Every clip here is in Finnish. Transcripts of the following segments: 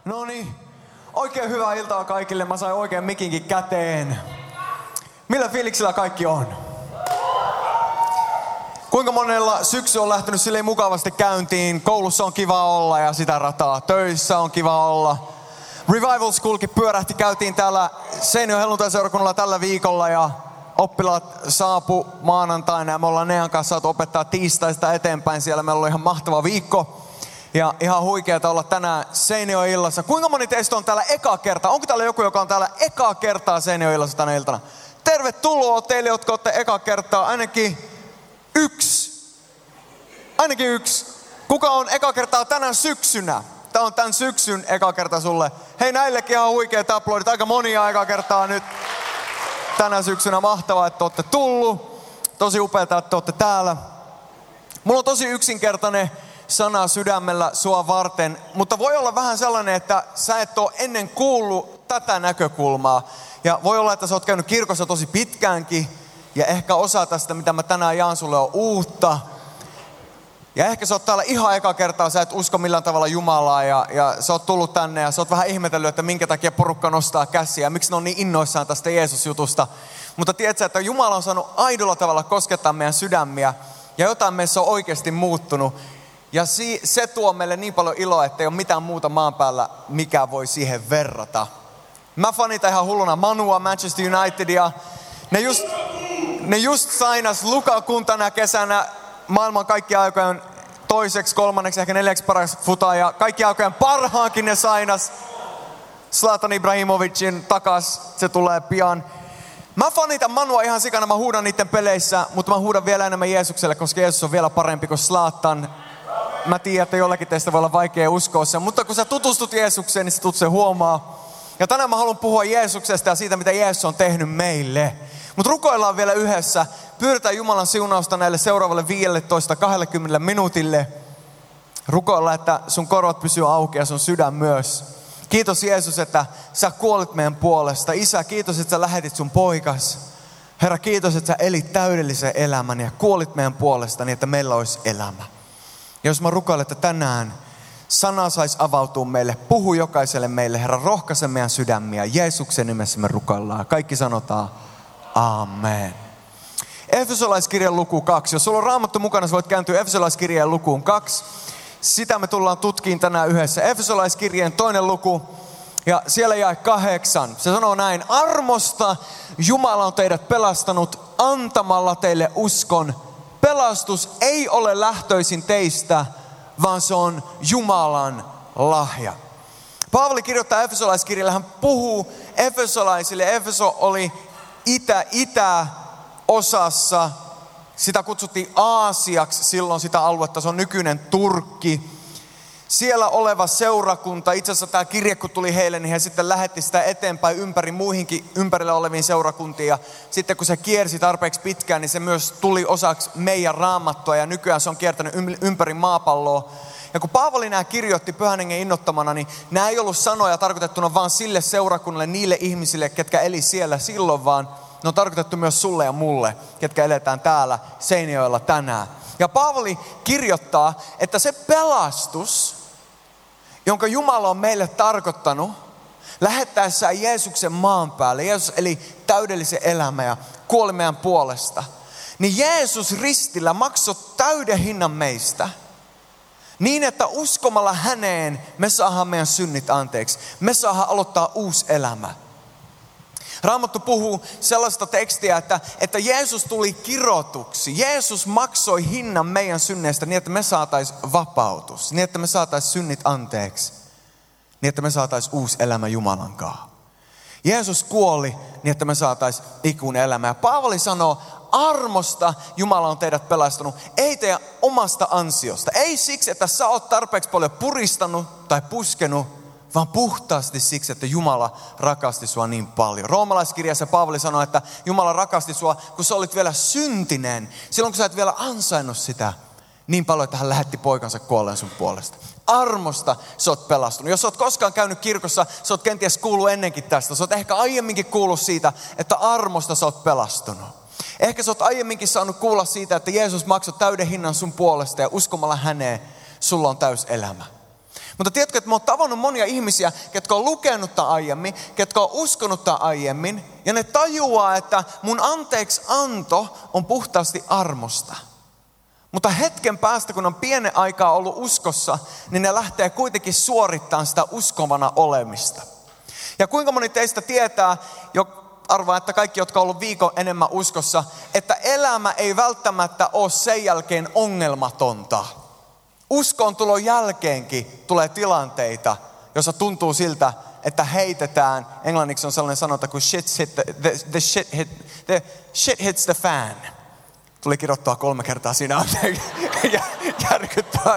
No niin, oikein hyvää iltaa kaikille. Mä sain oikein mikinkin käteen. Millä fiiliksillä kaikki on? Kuinka monella syksy on lähtenyt silleen mukavasti käyntiin? Koulussa on kiva olla ja sitä rataa. Töissä on kiva olla. Revival Schoolkin pyörähti. Käytiin täällä Seinäjoen helluntai-seurakunnalla tällä viikolla ja oppilaat saapu maanantaina ja me ollaan Nean kanssa saatu opettaa tiistaista eteenpäin. Siellä meillä oli ihan mahtava viikko. Ja ihan huikeeta olla tänään Seinäjoen illassa. Kuinka moni teistä on täällä ekaa kertaa? Onko täällä joku, joka on täällä ekaa kertaa Seinäjoen illassa tänä iltana? Tervetuloa teille, jotka olette ekaa kertaa. Ainakin yksi. Kuka on eka kertaa tänä syksynä? Tää on tän syksyn eka kerta sulle. Hei, näillekin ihan huikeat aplodit. Aika monia eka kertaa nyt tänä syksynä. Mahtavaa, että olette tullut. Tosi upeata, että olette täällä. Mulla on tosi yksinkertainen sana sydämellä sua varten, mutta voi olla vähän sellainen, että sä et ole ennen kuullut tätä näkökulmaa. Ja voi olla, että sä oot käynyt kirkossa tosi pitkäänkin, ja ehkä osa tästä, mitä mä tänään jaan sulle, on uutta. Ja ehkä sä oot täällä ihan eka kertaa, sä et usko millään tavalla Jumalaa, ja sä oot tullut tänne, ja sä oot vähän ihmetellyt, että minkä takia porukka nostaa käsiä, ja miksi ne on niin innoissaan tästä Jeesus-jutusta. Mutta tiedätkö, että Jumala on saanut aidolla tavalla koskettaa meidän sydämiä, ja jotain meissä on oikeasti muuttunut. Ja se tuo meille niin paljon iloa, että ei ole mitään muuta maan päällä, mikä voi siihen verrata. Mä fanitan ihan hulluna Manua, Manchester Unitedia. Ne just sainas Lukakuun tänä kesänä maailman kaikki aikojen toiseksi, kolmanneksi, ehkä neljäksi paras futaaja. Kaikki aikojen parhaankin ne sainas. Zlatan Ibrahimovicin takas, se tulee pian. Mä fanitan Manua ihan sikana, mä huudan niiden peleissä, mutta mä huudan vielä enemmän Jeesukselle, koska Jeesus on vielä parempi kuin Zlatan. Mä tiedän, että jollakin teistä voi olla vaikea uskoa sen, mutta kun sä tutustut Jeesukseen, niin sä tulet sen huomaa. Ja tänään mä haluan puhua Jeesuksesta ja siitä, mitä Jeesus on tehnyt meille. Mutta rukoillaan vielä yhdessä. Pyydetään Jumalan siunausta näille seuraavalle 15-20 minuutille. Rukoillaan, että sun korvat pysyy auki ja sun sydän myös. Kiitos Jeesus, että sä kuolit meidän puolesta. Isä, kiitos, että sä lähetit sun poikas. Herra, kiitos, että sä elit täydellisen elämän ja kuolit meidän puolesta niin, että meillä olisi elämä. Ja jos mä rukoilen, että tänään sana saisi avautua meille, puhu jokaiselle meille, Herra, rohkaise meidän sydämiä. Jeesuksen nimessä me rukoillaan. Kaikki sanotaan amen. Efesolaiskirjan luku 2. Jos sulla on Raamattu mukana, sä voit kääntyä Efesolaiskirjan lukuun 2. Sitä me tullaan tutkiin tänään yhdessä. Efesolaiskirjan 2. luku ja siellä jae 8. Se sanoo näin: armosta Jumala on teidät pelastanut antamalla teille uskon. Pelastus ei ole lähtöisin teistä, vaan se on Jumalan lahja. Paavali kirjoittaa Efesolaiskirjalle, hän puhuu efesolaisille. Efeso oli itäosassa. Sitä kutsuttiin Aasiaksi silloin sitä aluetta, se on nykyinen Turkki. Siellä oleva seurakunta, itse asiassa tämä kirje kun tuli heille, niin he sitten lähetti sitä eteenpäin ympäri muihinkin ympärillä oleviin seurakuntiin. Ja sitten kun se kiersi tarpeeksi pitkään, niin se myös tuli osaksi meidän Raamattua ja nykyään se on kiertänyt ympäri maapalloa. Ja kun Paavali nämä kirjoitti Pyhän Hengen innoittamana, niin nämä ei ollut sanoja tarkoitettuna vaan sille seurakunnalle, niille ihmisille, ketkä eli siellä silloin, vaan ne on tarkoitettu myös sulle ja mulle, ketkä eletään täällä Seinäjoella tänään. Ja Paavali kirjoittaa, että se pelastus, jonka Jumala on meille tarkoittanut, lähettäessään Jeesuksen maan päälle. Jeesus eli täydellisen elämän ja kuoli meidän puolesta. Niin Jeesus ristillä maksoi täyden hinnan meistä. Niin, että uskomalla häneen me saadaan meidän synnit anteeksi. Me saadaan aloittaa uusi elämä. Raamattu puhuu sellaista tekstiä, että Jeesus tuli kirotuksi. Jeesus maksoi hinnan meidän synneistä niin, että me saataisiin vapautus. Niin, että me saataisiin synnit anteeksi. Niin, että me saataisiin uusi elämä Jumalan kanssa. Jeesus kuoli niin, että me saataisiin ikuinen elämä. Ja Paavali sanoo, armosta Jumala on teidät pelastanut. Ei teidän omasta ansiosta. Ei siksi, että sä oot tarpeeksi paljon puristanut tai puskenut, vaan puhtaasti siksi, että Jumala rakasti sua niin paljon. Roomalaiskirjassa Paavali sanoi, että Jumala rakasti sua, kun sä olit vielä syntinen. Silloin, kun sä et vielä ansainnut sitä niin paljon, että hän lähetti poikansa kuolleen sun puolesta. Armosta sä oot pelastunut. Jos sä oot koskaan käynyt kirkossa, sä oot kenties kuullut ennenkin tästä. Sä oot ehkä aiemminkin kuullut siitä, että armosta sä oot pelastunut. Ehkä sä oot aiemminkin saanut kuulla siitä, että Jeesus maksoi täyden hinnan sun puolesta ja uskomalla häneen sulla on täys elämä. Mutta tiedätkö, että mä oon tavannut monia ihmisiä, ketkä on lukenut tämän aiemmin, ketkä on uskonut tämän aiemmin, ja ne tajuaa, että mun anteeksi anto on puhtaasti armosta. Mutta hetken päästä, kun on pienen aikaa ollut uskossa, niin ne lähtee kuitenkin suorittamaan sitä uskovana olemista. Ja kuinka moni teistä tietää, arvaa, että kaikki, jotka on ollut viikon enemmän uskossa, että elämä ei välttämättä ole sen jälkeen ongelmatonta. Uskon tulon jälkeenkin tulee tilanteita, jossa tuntuu siltä, että heitetään, englanniksi on sellainen sanonta kuin the shit hits the fan. Tuli kirjoittaa 3 kertaa siinä ja järkyttää.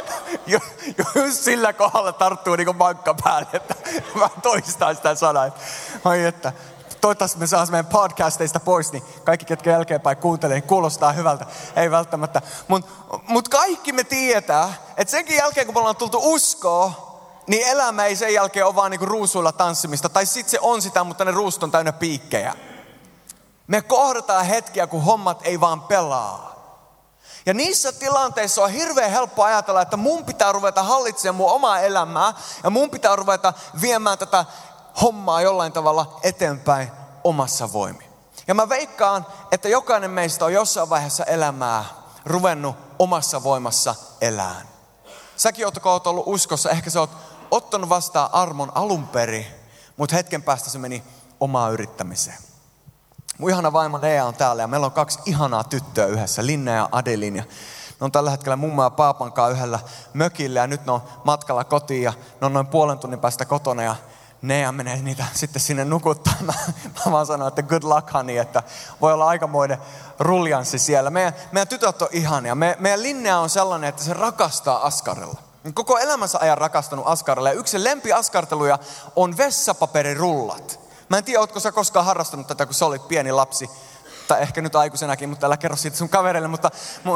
Just sillä kohdalla tarttuu niin kuin mankka päälle, että mä toistan sitä sanaa. Että toivottavasti me saadaan meidän podcasteista pois, niin kaikki, ketkä jälkeenpäin kuuntelee, niin kuulostaa hyvältä. Ei välttämättä. Mut kaikki me tietää, että senkin jälkeen, kun me ollaan tultu uskoon, niin elämä ei sen jälkeen ole vaan niinku ruusuilla tanssimista. Tai sit se on sitä, mutta ne ruusut on täynnä piikkejä. Me kohdataan hetkiä, kun hommat ei vaan pelaa. Ja niissä tilanteissa on hirveän helppo ajatella, että mun pitää ruveta hallitsemaan mun omaa elämää. Ja mun pitää ruveta viemään tätä hommaa jollain tavalla eteenpäin omassa voimin. Ja mä veikkaan, että jokainen meistä on jossain vaiheessa elämää ruvennut omassa voimassa elään. Säkin, jotka oot ollut uskossa, ehkä sä oot ottanut vastaan armon alun perin, mutta hetken päästä se meni omaan yrittämiseen. Mun ihana vaimo Lea on täällä ja meillä on 2 ihanaa tyttöä yhdessä, Linnea ja Adelin. Ja ne on tällä hetkellä mummo ja paapan kanssa yhdellä mökillä ja nyt ne on matkalla kotiin ja ne on noin 0,5 tunnin päästä kotona ja Nea menee niitä sitten sinne nukuttaa. Mä vaan sanon, että good luck honey, että voi olla aikamoinen ruljanssi siellä. Meidän tytöt on ihania. Meidän Linnea on sellainen, että se rakastaa askarella. Koko elämänsä ajan rakastanut askarella. Ja yksi lempiaskarteluja on vessapaperirullat. Mä en tiedä, ootko sä koskaan harrastanut tätä, kun sä olit pieni lapsi. Tai ehkä nyt aikuisenakin, mutta älä kerro siitä sun kavereille. Mutta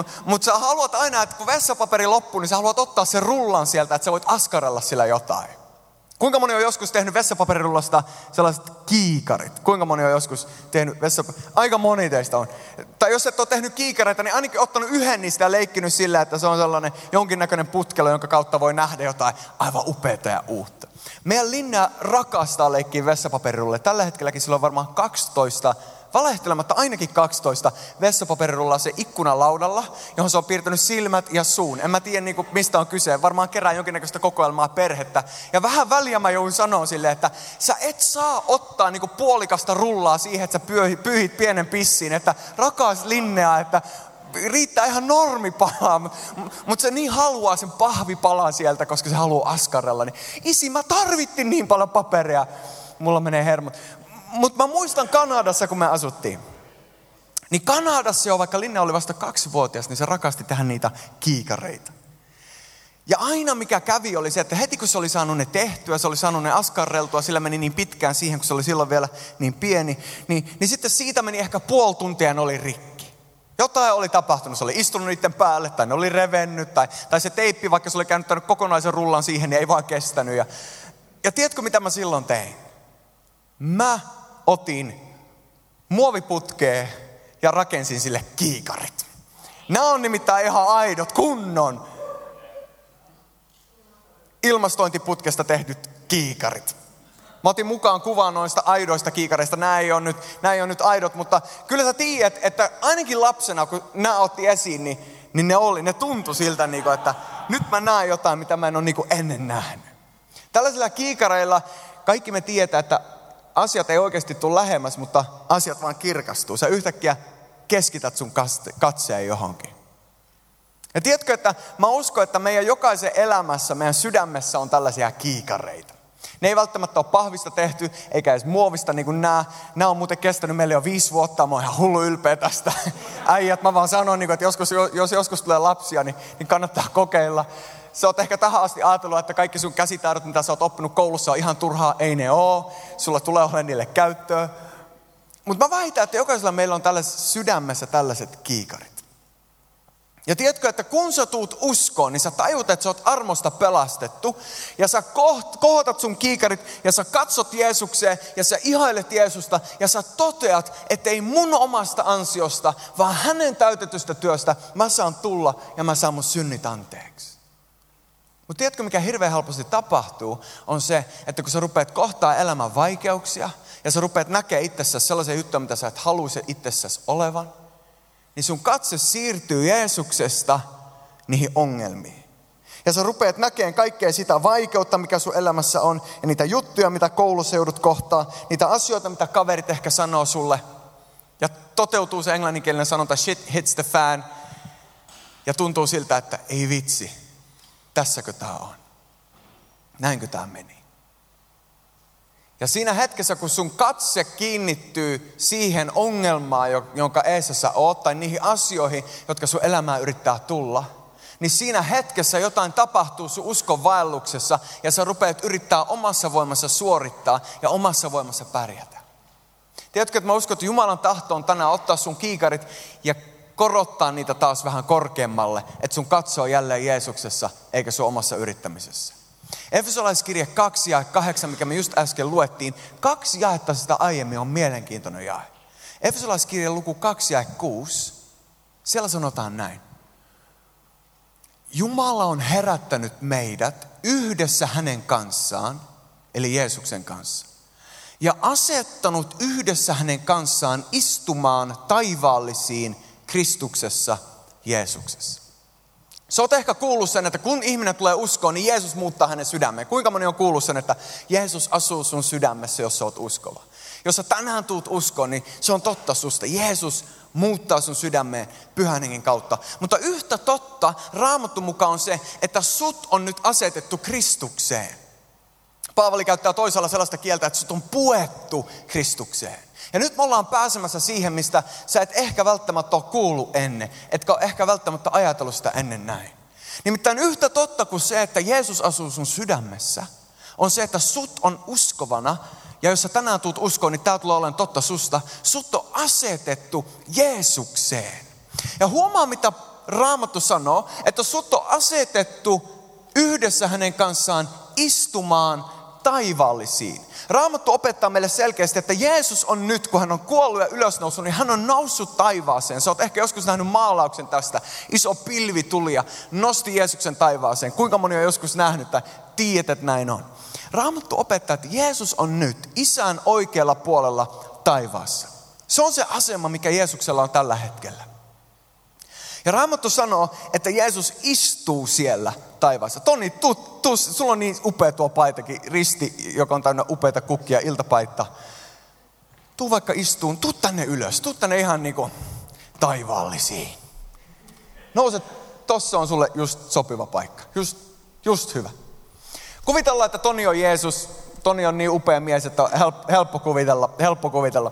sä haluat aina, että kun vessapaperi loppuu, niin sä haluat ottaa sen rullan sieltä, että sä voit askarella sillä jotain. Kuinka moni on joskus tehnyt vessapaperirullasta sellaiset kiikarit? Kuinka moni on joskus tehnyt Aika moni teistä on. Tai jos et ole tehnyt kiikareita, niin ainakin ottanut yhden niistä ja leikkinyt sillä, että se on sellainen jonkinnäköinen putkelo, jonka kautta voi nähdä jotain aivan upeaa ja uutta. Meidän Linnea rakastaa leikkiä vessapaperirulle. Tällä hetkelläkin sillä on varmaan 12, valehtelematta ainakin 12 vessapaperirullaa se ikkunalaudalla, johon se on piirtänyt silmät ja suun. En mä tiedä mistä on kyse. Varmaan kerää jonkinnäköistä kokoelmaa perhettä. Ja vähän väliä mä joudun sanoa silleen, että sä et saa ottaa puolikasta rullaa siihen, että sä pyyhit pienen pissiin. Että rakas Linnea, että riittää ihan normipalaa, mutta se niin haluaa sen pahvipalan sieltä, koska se haluaa askarella. Niin, isi, mä tarvittiin niin paljon paperia. Mulla menee hermot. Mutta mä muistan Kanadassa, kun me asuttiin. Niin Kanadassa jo, vaikka Linnea oli vasta 2-vuotias, niin se rakasti tehdä niitä kiikareita. Ja aina mikä kävi oli se, että heti kun se oli saanut ne tehtyä, se oli saanut ne askarreltua, sillä meni niin pitkään siihen, kun se oli silloin vielä niin pieni. Niin sitten siitä meni ehkä 0,5 tuntia ja ne oli rikki. Jotain oli tapahtunut, se oli istunut niiden päälle tai ne oli revennyt tai se teippi, vaikka se oli käännyttänyt kokonaisen rullan siihen, niin ei vaan kestänyt. Ja tiedätkö mitä mä silloin tein? Mä otin muoviputkeen ja rakensin sille kiikarit. Nämä on nimittäin ihan aidot, kunnon ilmastointiputkesta tehdyt kiikarit. Mä otin mukaan kuvaa noista aidoista kiikareista. Nämä ei ole nyt aidot, mutta kyllä sä tiedät, että ainakin lapsena, kun nämä otti esiin, niin ne tuntui siltä, että nyt mä näen jotain, mitä mä en ole ennen nähnyt. Tällaisilla kiikareilla kaikki me tietää, että asiat ei oikeasti tule lähemmäs, mutta asiat vaan kirkastuu. Sä yhtäkkiä keskität sun katseen johonkin. Ja tiedätkö, että mä uskon, että meidän jokaisen elämässä, meidän sydämessä on tällaisia kiikareita. Ne ei välttämättä ole pahvista tehty, eikä edes muovista niin kuin nämä. Nämä on muuten kestänyt meille jo 5 vuotta. Mä oon ihan hullu ylpeä tästä. Äijät, mä vaan sanon, että jos joskus tulee lapsia, niin kannattaa kokeilla. Sä oot ehkä tähän asti ajatellut, että kaikki sun käsitaidot, mitä sä oot oppinut koulussa, on ihan turhaa. Ei ne oo. Sulla tulee olemaan niille käyttöä. Mutta mä väitän, että jokaisella meillä on tällaisessa sydämessä tällaiset kiikarit. Ja tiedätkö, että kun sä tuut uskoon, niin sä tajut, että sä oot armosta pelastettu. Ja sä kohotat sun kiikarit ja sä katsot Jeesukseen ja sä ihailet Jeesusta. Ja sä toteat, että ei mun omasta ansiosta, vaan hänen täytetystä työstä mä saan tulla ja mä saan mun synnit anteeksi. Mutta tiedätkö, mikä hirveän helposti tapahtuu, on se, että kun sä rupeat kohtaa elämän vaikeuksia ja sä rupeat näkemään itsessäsi sellaisia juttuja, mitä sä et haluaisi itsessäsi olevan, niin sun katse siirtyy Jeesuksesta niihin ongelmiin. Ja sä rupeat näkemään kaikkea sitä vaikeutta, mikä sun elämässä on, ja niitä juttuja, mitä koulussa joudut kohtaa, niitä asioita, mitä kaverit ehkä sanoo sulle. Ja toteutuu se englanninkielinen sanonta, shit hits the fan, ja tuntuu siltä, että ei vitsi, tässäkö tää on? Näinkö tää meni? Ja siinä hetkessä, kun sun katse kiinnittyy siihen ongelmaan, jonka eessä sä oot, tai niihin asioihin, jotka sun elämään yrittää tulla, niin siinä hetkessä jotain tapahtuu sun uskon vaelluksessa, ja sä rupeat yrittää omassa voimassa suorittaa ja omassa voimassa pärjätä. Tiedätkö, että mä uskon, että Jumalan tahto on tänään ottaa sun kiikarit ja korottaa niitä taas vähän korkeammalle, että sun katso on jälleen Jeesuksessa, eikä sun omassa yrittämisessä. Efesolaiskirje 2 jae 8, mikä me just äsken luettiin, 2 jaetta sitä aiemmin on mielenkiintoinen jae. Efesolaiskirje luku 2 jae 6, siellä sanotaan näin. Jumala on herättänyt meidät yhdessä hänen kanssaan, eli Jeesuksen kanssa, ja asettanut yhdessä hänen kanssaan istumaan taivaallisiin Kristuksessa Jeesuksessa. Sä oot ehkä kuullut sen, että kun ihminen tulee uskoon, niin Jeesus muuttaa hänen sydämeen. Kuinka moni on kuullut sen, että Jeesus asuu sun sydämessä, jos sä oot uskova? Jos sä tänään tuut uskoon, niin se on totta susta. Jeesus muuttaa sun sydämeen Pyhän Hengen kautta. Mutta yhtä totta Raamatun mukaan on se, että sut on nyt asetettu Kristukseen. Paavali käyttää toisella sellaista kieltä, että sut on puettu Kristukseen. Ja nyt me ollaan pääsemässä siihen, mistä sä et ehkä välttämättä ole kuullut ennen. Etkä ole ehkä välttämättä ajatellut sitä ennen näin. Nimittäin yhtä totta kuin se, että Jeesus asuu sun sydämessä, on se, että sut on uskovana. Ja jos sä tänään tuut uskoon, niin tää tulee olemaan totta susta. Sut on asetettu Jeesukseen. Ja huomaa, mitä Raamattu sanoo, että sut on asetettu yhdessä hänen kanssaan istumaan taivaallisiin. Raamattu opettaa meille selkeästi, että Jeesus on nyt, kun hän on kuollut ja ylösnoussut, niin hän on noussut taivaaseen. Sä oot ehkä joskus nähnyt maalauksen tästä. Iso pilvi tuli ja nosti Jeesuksen taivaaseen. Kuinka moni on joskus nähnyt tai tiedät, että näin on? Raamattu opettaa, että Jeesus on nyt Isän oikealla puolella taivaassa. Se on se asema, mikä Jeesuksella on tällä hetkellä. Ja Raamattu sanoo, että Jeesus istuu siellä taivaassa. Toni, sulla on niin upea tuo paitakin, risti, joka on täynnä upeita kukkia, iltapaita. Tuu vaikka istuun, tuu tänne ylös, tuu tänne ihan niinku taivaallisiin. Nouse, tossa on sulle just sopiva paikka, just hyvä. Kuvitellaan, että Toni on Jeesus. Toni on niin upea mies, että on helppo kuvitella.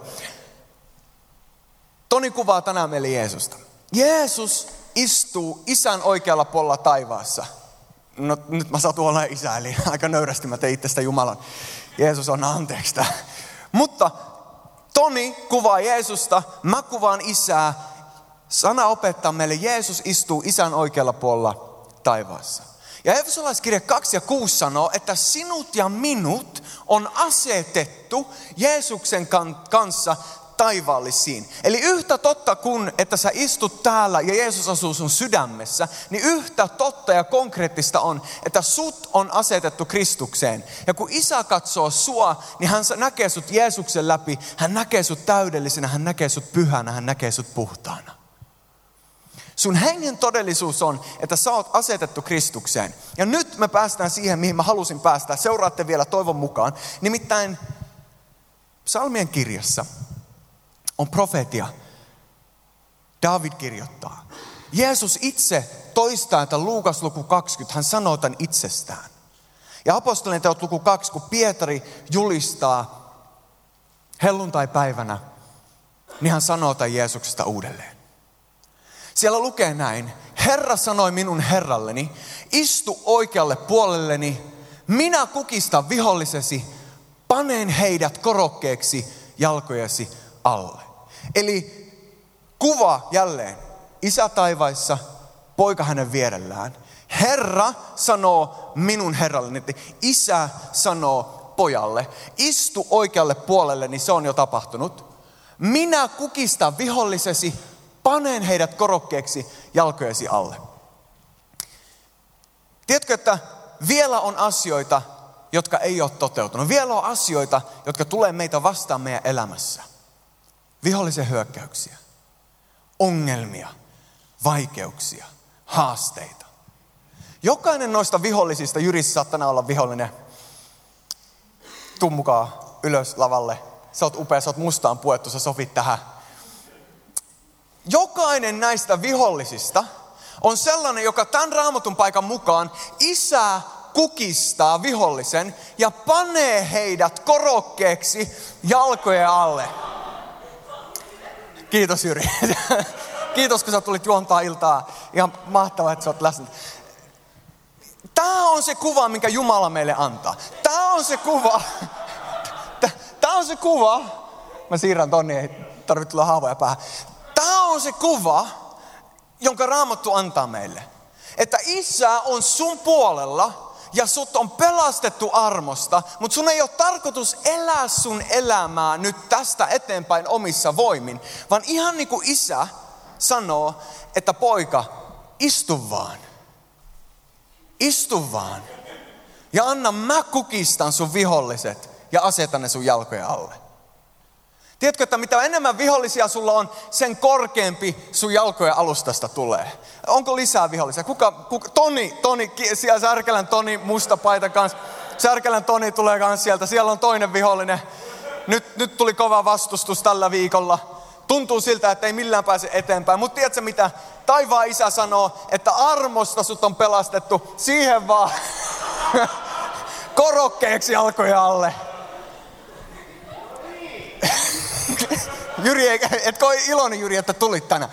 Toni kuvaa tänään meille Jeesusta. Jeesus istuu Isän oikealla puolella taivaassa. No nyt mä satun olemaan isä, eli aika nöyrästi mä tein itsestä Jumalan. Jeesus on anteeksi. Mutta Toni kuvaa Jeesusta, mä kuvaan Isää. Sana opettaa meille, Jeesus istuu Isän oikealla puolella taivaassa. Ja Efesolaiskirje 2 ja 6 sanoo, että sinut ja minut on asetettu Jeesuksen kanssa taivaallisiin. Eli yhtä totta kuin, että sä istut täällä ja Jeesus asuu sun sydämessä, niin yhtä totta ja konkreettista on, että sut on asetettu Kristukseen. Ja kun Isä katsoo sua, niin hän näkee sut Jeesuksen läpi, hän näkee sut täydellisenä, hän näkee sut pyhänä, hän näkee sut puhtaana. Sun hengen todellisuus on, että sä oot asetettu Kristukseen. Ja nyt me päästään siihen, mihin mä halusin päästä. Seuraatte vielä toivon mukaan. Nimittäin Psalmien kirjassa on profeetia. David kirjoittaa. Jeesus itse toistaa, että Luukas luku 20, hän sanoo tämän itsestään. Ja apostolien teot luku 2, kun Pietari julistaa helluntai-päivänä, niin hän sanoo tämän Jeesuksesta uudelleen. Siellä lukee näin, Herra sanoi minun Herralleni, istu oikealle puolelleni, minä kukistan vihollisesi, panen heidät korokkeeksi jalkojesi alle. Eli kuva jälleen, Isä taivaissa, poika hänen vierellään. Herra sanoo minun Herralleni, että Isä sanoo pojalle, istu oikealle puolelleni, se on jo tapahtunut. Minä kukistan vihollisesi, panen heidät korokkeeksi jalkojesi alle. Tiedätkö, että vielä on asioita, jotka ei ole toteutunut. Vielä on asioita, jotka tulee meitä vastaan meidän elämässä. Vihollisen hyökkäyksiä, ongelmia, vaikeuksia, haasteita. Jokainen noista vihollisista, Jyrissä saattaa olla vihollinen. Tuu mukaan ylös lavalle. Sä oot upea, sä oot mustaan puettu, sä sopit tähän. Jokainen näistä vihollisista on sellainen, joka tämän Raamatun paikan mukaan Isä kukistaa vihollisen ja panee heidät korokkeeksi jalkojen alle. Kiitos Jyri. Kiitos kun sä tulit juontaa iltaa. Ihan mahtavaa, että sä oot läsnä. Tämä on se kuva, minkä Jumala meille antaa. Tämä on se kuva. Tämä on se kuva. Mä siirrän tonne, ei tarvitse tulla haavoja päähän. Tämä on se kuva, jonka Raamattu antaa meille. Että Isä on sun puolella ja sut on pelastettu armosta, mutta sun ei ole tarkoitus elää sun elämää nyt tästä eteenpäin omissa voimin. Vaan ihan niin kuin Isä sanoo, että poika, istu vaan. Istu vaan. Ja anna mä kukistan sun viholliset ja asetan ne sun jalkojen alle. Tiedätkö, että mitä enemmän vihollisia sulla on, sen korkeampi sun jalkojen alustasta tulee. Onko lisää vihollisia? Toni, siellä Särkälän Toni, musta paita kanssa. Särkälän Toni tulee kanssa sieltä, siellä on toinen vihollinen. Nyt tuli kova vastustus tällä viikolla. Tuntuu siltä, että ei millään pääse eteenpäin. Mutta tiedätkö mitä? Taivaan Isä sanoo, että armosta sut on pelastettu. Siihen vaan korokkeeksi jalkojen alle. Jyri, etkö ole iloinen Jyri, että tulit tänään?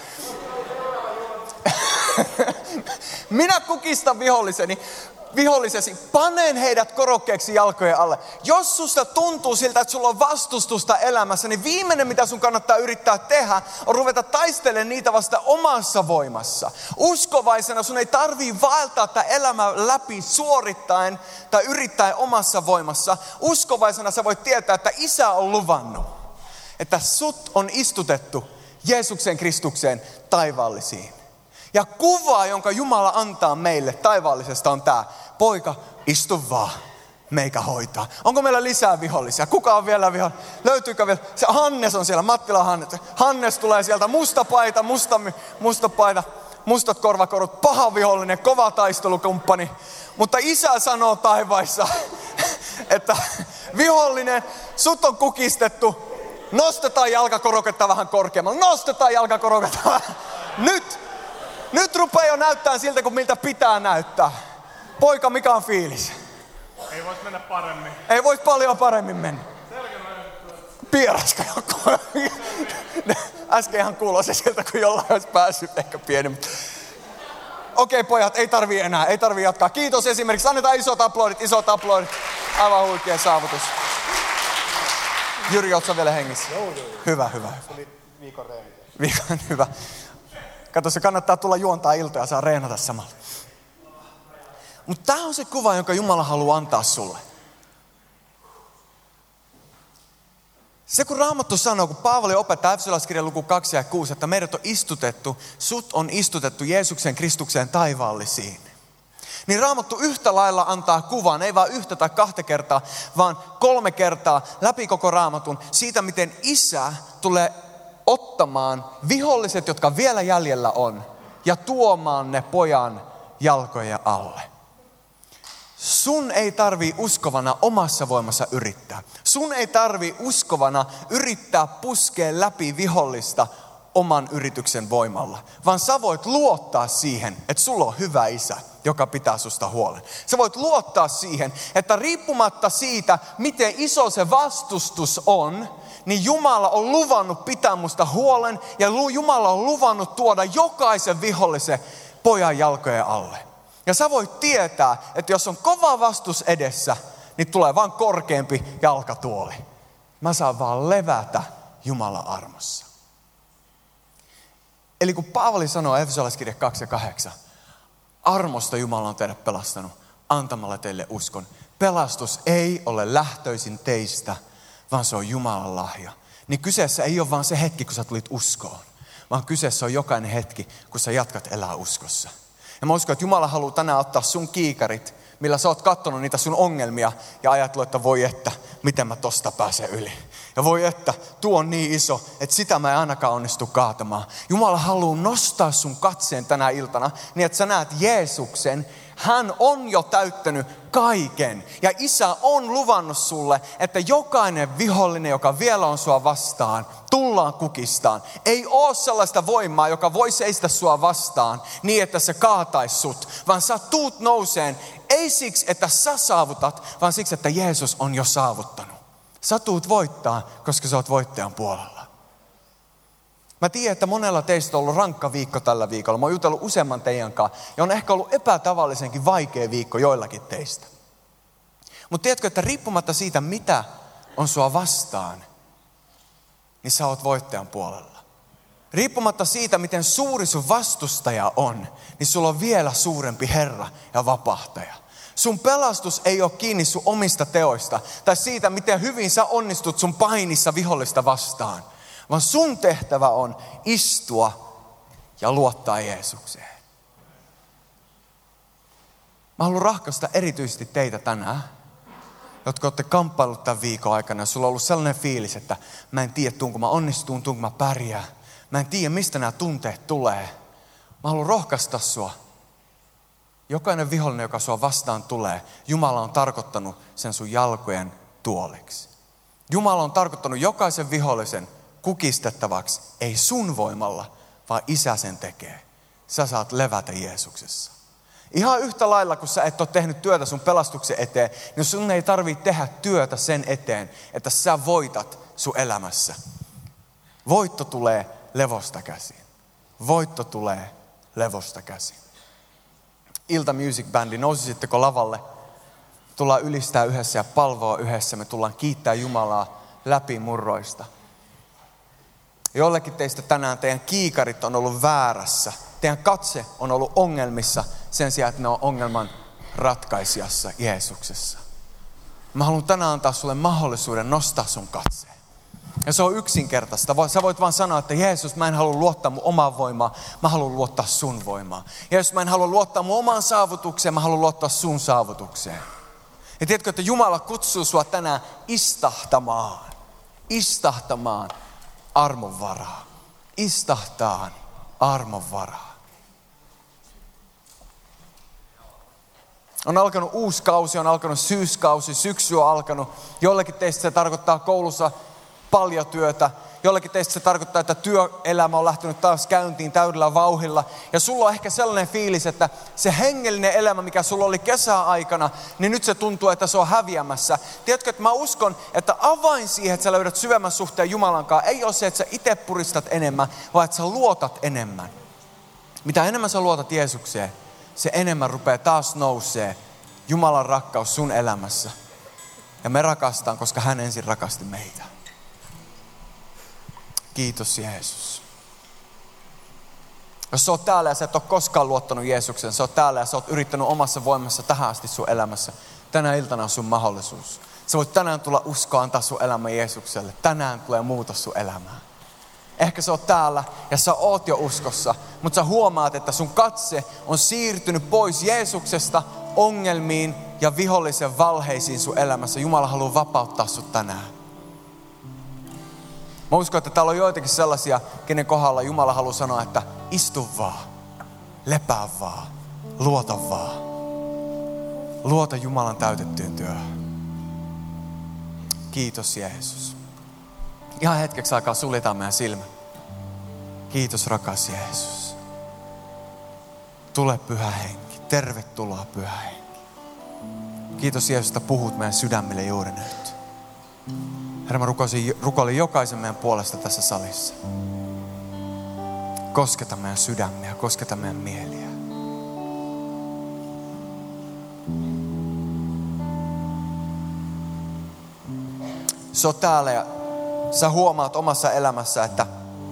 Minä kukistan vihollisesi, panen heidät korokkeeksi jalkojen alle. Jos susta tuntuu siltä, että sulla on vastustusta elämässä, niin viimeinen mitä sun kannattaa yrittää tehdä, on ruveta taistelemaan niitä vasta omassa voimassa. Uskovaisena sun ei tarvii vaeltaa tätä elämää läpi suorittaen tai yrittäen omassa voimassa. Uskovaisena sä voit tietää, että Isä on luvannut, että sut on istutettu Jeesuksen Kristukseen taivaallisiin. Ja kuva, jonka Jumala antaa meille taivaallisesta on tämä. Poika, istu vaan, meikä hoitaa. Onko meillä lisää vihollisia? Kuka on vielä vihollinen? Löytyykö vielä? Se Hannes on siellä, Mattila Hannes. Hannes tulee sieltä, musta paita, mustat korvakorut, paha vihollinen, kova taistelukumppani. Mutta Isä sanoo taivaissa, että vihollinen, sut on kukistettu. Nostetaan jalkakoroketta vähän korkeammalle. Nostetaan jalkakoroketta vähän. Nyt rupeaa jo näyttämään siltä, kuin miltä pitää näyttää. Poika, mikä on fiilis? Ei vois mennä paremmin. Ei vois paljon paremmin mennä. Pieraska joku. Äsken ihan kuulosi siltä, kun jollain olisi päässyt ehkä pieni. Okei, pojat, ei tarvii jatkaa. Kiitos esimerkiksi. Annetaan isot aplodit. Aivan huikea saavutus. Jyri, ootko vielä hengissä? Joo. Hyvä. Se oli viikon reeni. Hyvä. Kato, se kannattaa tulla juontaa iltoja ja saa reenata samalla. Mutta tämä on se kuva, jonka Jumala haluaa antaa sulle. Se kun Raamattu sanoo, kun Paavali opettaa Efesolaiskirjan luku 2 ja 6, että meidät on istutettu, sut on istutettu Jeesuksen Kristukseen taivaallisiin. Niin Raamattu yhtä lailla antaa kuvan, ei vaan yhtä tai 2 kertaa, vaan 3 kertaa läpi koko Raamatun siitä, miten Isä tulee ottamaan viholliset, jotka vielä jäljellä on, ja tuomaan ne pojan jalkojen alle. Sun ei tarvii uskovana omassa voimassa yrittää. Sun ei tarvii uskovana yrittää puskea läpi vihollista oman yrityksen voimalla. Vaan sä voit luottaa siihen, että sulla on hyvä Isä, joka pitää susta huolen. Sä voit luottaa siihen, että riippumatta siitä, miten iso se vastustus on, niin Jumala on luvannut pitää musta huolen ja Jumala on luvannut tuoda jokaisen vihollisen pojan jalkojen alle. Ja sä voit tietää, että jos on kova vastus edessä, niin tulee vaan korkeampi jalkatuoli. Mä saan vaan levätä Jumalan armossa. Eli kun Paavali sanoo Efesolaiskirja 2 ja 8, armosta Jumala on teidät pelastanut antamalla teille uskon. Pelastus ei ole lähtöisin teistä, vaan se on Jumalan lahja. Niin kyseessä ei ole vaan se hetki, kun sä tulit uskoon, vaan kyseessä on jokainen hetki, kun sä jatkat elää uskossa. Ja mä uskon, että Jumala haluaa tänään ottaa sun kiikarit, millä sä oot katsonut niitä sun ongelmia ja ajatellut, että voi että, miten mä tosta pääsen yli. Ja voi että, tuo on niin iso, että sitä mä en ainakaan onnistu kaatamaan. Jumala haluaa nostaa sun katseen tänä iltana, niin että sä näet Jeesuksen. Hän on jo täyttänyt kaiken. Ja Isä on luvannut sulle, että jokainen vihollinen, joka vielä on sua vastaan, tullaan kukistaan. Ei ole sellaista voimaa, joka voi seistä sua vastaan niin, että se kaataisi sut. Vaan sä tuut nouseen, ei siksi, että sä saavutat, vaan siksi, että Jeesus on jo saavuttanut. Sä tuut voittaa, koska sä oot voittajan puolella. Mä tiedän, että monella teistä on ollut rankka viikko tällä viikolla. Mä oon jutellut useamman teidän kanssa. Ja on ehkä ollut epätavallisenkin vaikea viikko joillakin teistä. Mutta tiedätkö, että riippumatta siitä, mitä on sua vastaan, niin sä oot voittajan puolella. Riippumatta siitä, miten suuri sun vastustaja on, niin sulla on vielä suurempi Herra ja vapahtaja. Sun pelastus ei ole kiinni sun omista teoista tai siitä, miten hyvin sä onnistut sun painissa vihollista vastaan. Vaan sun tehtävä on istua ja luottaa Jeesukseen. Mä haluan rahkaista erityisesti teitä tänään, jotka olette kamppaillut tämän viikon aikana. Ja sulla on ollut sellainen fiilis, että mä en tiedä, tuunko mä onnistun, tuunko mä pärjään. Mä en tiedä, mistä nämä tunteet tulee. Mä haluan rohkaista sua. Jokainen vihollinen, joka sua vastaan tulee, Jumala on tarkoittanut sen sun jalkojen tuoliksi. Jumala on tarkoittanut jokaisen vihollisen kukistettavaksi, ei sun voimalla, vaan Isä sen tekee. Sä saat levätä Jeesuksessa. Ihan yhtä lailla, kun sä et ole tehnyt työtä sun pelastuksen eteen, niin sun ei tarvitse tehdä työtä sen eteen, että sä voitat sun elämässä. Voitto tulee levosta käsin. Voitto tulee levosta käsin. Ilta Music Bandi, nousisitteko lavalle? Tullaan ylistää yhdessä ja palvoa yhdessä. Me tullaan kiittää Jumalaa läpimurroista. Jollekin teistä tänään teidän kiikarit on ollut väärässä. Teidän katse on ollut ongelmissa sen sijaan, että ne on ongelman ratkaisijassa Jeesuksessa. Mä haluan tänään antaa sulle mahdollisuuden nostaa sun katseen. Ja se on yksinkertaista. Sä voit vaan sanoa, että Jeesus, mä en halua luottaa mun omaan voimaan, mä haluan luottaa sun voimaan. Jeesus, mä en halua luottaa mun omaan saavutukseen, mä haluan luottaa sun saavutukseen. Ja tiedätkö, että Jumala kutsuu sua tänään istahtamaan armon varaa. Istahtaan armon varaa. On alkanut uusi kausi, on alkanut syyskausi, syksy on alkanut. Jollekin teistä se tarkoittaa koulussa paljon työtä. Jollekin teistä se tarkoittaa, että työelämä on lähtenyt taas käyntiin täydellä vauhdilla. Ja sulla on ehkä sellainen fiilis, että se hengellinen elämä, mikä sulla oli kesäaikana, niin nyt se tuntuu, että se on häviämässä. Tiedätkö, että mä uskon, että avain siihen, että sä löydät syvemmän suhteen Jumalan kanssa, ei ole se, että sä itse puristat enemmän, vaan että sä luotat enemmän. Mitä enemmän sä luotat Jeesukseen, se enemmän rupeaa taas nousee Jumalan rakkaus sun elämässä. Ja me rakastaan, koska hän ensin rakasti meitä. Kiitos Jeesus. Jos sä oot täällä ja sä et ole koskaan luottanut Jeesuksen, sä oot täällä ja sä oot yrittänyt omassa voimassa tähän asti sun elämässä. Tänä iltana on sun mahdollisuus. Sä voit tänään tulla uskoa antaa sun elämä Jeesukselle. Tänään tulee muutos sun elämään. Ehkä sä oot täällä ja sä oot jo uskossa, mutta sä huomaat, että sun katse on siirtynyt pois Jeesuksesta ongelmiin ja vihollisen valheisiin sun elämässä. Jumala haluaa vapauttaa sut tänään. Mä uskon, että täällä on joitakin sellaisia, kenen kohdalla Jumala haluaa sanoa, että istu vaan, lepää vaan, luota vaan. Luota Jumalan täytettyyn työhön. Kiitos Jeesus. Ihan hetkeksi aikaa suljetaan meidän silmä. Kiitos rakas Jeesus. Tule Pyhä Henki. Tervetuloa Pyhä Henki. Kiitos Jeesus, että puhut meidän sydämille juuri nyt. Herra, mä rukoilin jokaisen meidän puolesta tässä salissa. Kosketa meidän sydämiä, kosketa meidän mieliä. Sä oot täällä ja sä huomaat omassa elämässä, että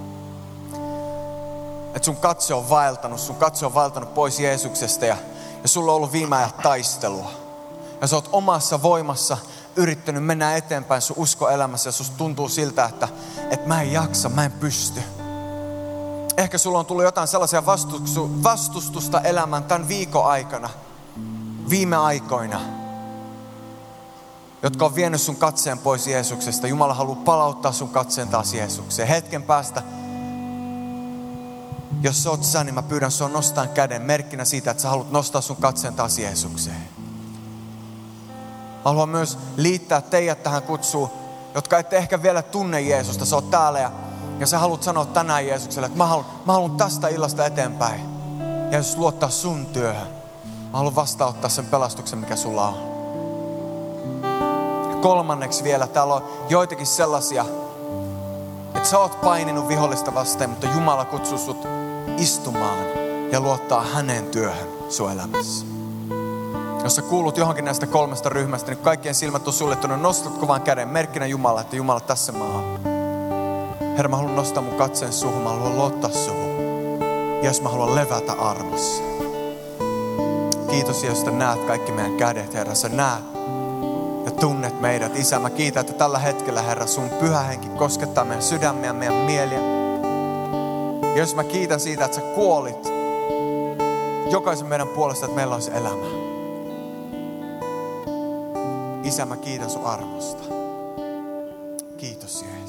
sun katse on vaeltanut pois Jeesuksesta ja sulla on ollut viime ajan taistelua. Ja sä oot omassa voimassa yrittänyt mennä eteenpäin sun uskoelämässä ja susta tuntuu siltä, että mä en jaksa, mä en pysty. Ehkä sulla on tullut jotain sellaisia vastustusta elämään tämän viikon aikana. viime aikoina, jotka on vienyt sun katseen pois Jeesuksesta. Jumala haluaa palauttaa sun katseen taas Jeesukseen. Hetken päästä, jos sä oot sä, niin mä pyydän sua nostaa käden merkkinä siitä, että sä haluat nostaa sun katseen taas Jeesukseen. Haluan myös liittää teidät tähän kutsuun, jotka ette ehkä vielä tunne Jeesusta. Sä oot täällä ja sä haluat sanoa tänään Jeesukselle, että mä haluan tästä illasta eteenpäin. Jeesus luottaa sun työhön. Mä haluan vastaanottaa sen pelastuksen, mikä sulla on. Ja kolmanneksi vielä, täällä on joitakin sellaisia, että sä oot paininut vihollista vastaan, mutta Jumala kutsuu sut istumaan ja luottaa hänen työhön sun elämässä. Jos sä kuulut johonkin näistä 3 ryhmästä, niin kaikkien silmät on suljettuna. Nostatko vaan käden merkkinä Jumala, että Jumala tässä maahan. Herra, mä haluan nostaa mun katseen suhun, mä haluan luottaa suhun. Jeesus, mä haluan levätä armossa. Kiitos Jeesus, että näet kaikki meidän kädet, Herra. Sä näet ja tunnet meidät. Isä, mä kiitän, että tällä hetkellä, Herra, sun pyhä henki koskettaa meidän sydämiä, meidän mieliä. Jeesus, mä kiitän siitä, että sä kuolit jokaisen meidän puolesta, että meillä olisi elämää. Isä, mä kiitän sun armosta. Kiitos Jeesus.